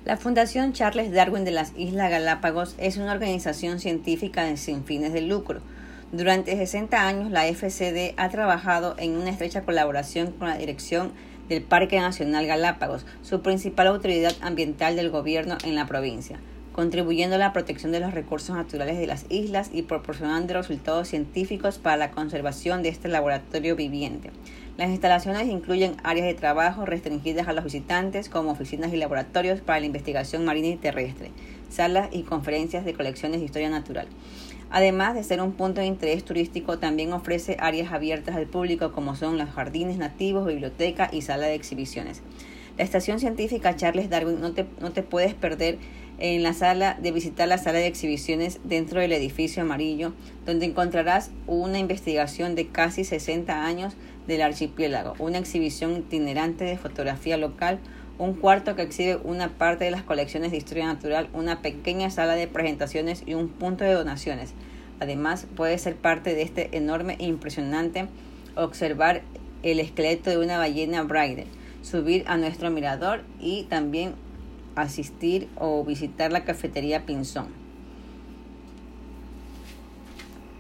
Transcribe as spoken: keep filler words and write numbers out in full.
La Fundación Charles Darwin de las Islas Galápagos es una organización científica sin fines de lucro. Durante sesenta años, la F C D ha trabajado en una estrecha colaboración con la dirección del Parque Nacional Galápagos, su principal autoridad ambiental del gobierno en la provincia, contribuyendo a la protección de los recursos naturales de las islas y proporcionando resultados científicos para la conservación de este laboratorio viviente. Las instalaciones incluyen áreas de trabajo restringidas a los visitantes, como oficinas y laboratorios para la investigación marina y terrestre, salas y conferencias de colecciones de historia natural. Además de ser un punto de interés turístico, también ofrece áreas abiertas al público como son los jardines nativos, biblioteca y sala de exhibiciones. La estación científica Charles Darwin no te, no te puedes perder en la sala de visitar la sala de exhibiciones dentro del edificio amarillo, donde encontrarás una investigación de casi sesenta años del archipiélago, una exhibición itinerante de fotografía local, un cuarto que exhibe una parte de las colecciones de historia natural, una pequeña sala de presentaciones y un punto de donaciones. Además, puede ser parte de este enorme e impresionante observar el esqueleto de una ballena Braided, subir a nuestro mirador y también asistir o visitar la cafetería Pinzón.